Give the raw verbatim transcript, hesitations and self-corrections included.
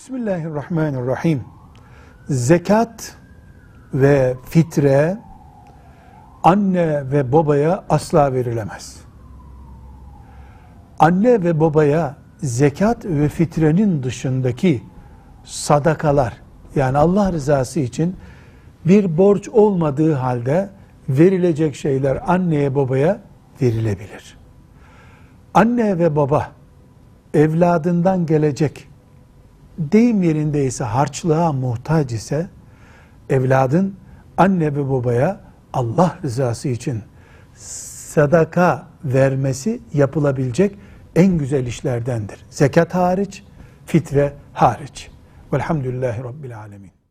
Bismillahirrahmanirrahim. Zekat ve fitre anne ve babaya asla verilemez. Anne ve babaya zekat ve fitrenin dışındaki sadakalar, yani Allah rızası için bir borç olmadığı halde verilecek şeyler anneye babaya verilebilir. Anne ve baba evladından gelecek, deyim yerindeyse harçlığa muhtaç ise, evladın anne ve babaya Allah rızası için sadaka vermesi yapılabilecek en güzel işlerdendir. Zekat hariç, fitre hariç. Velhamdülillahi Rabbil alemin.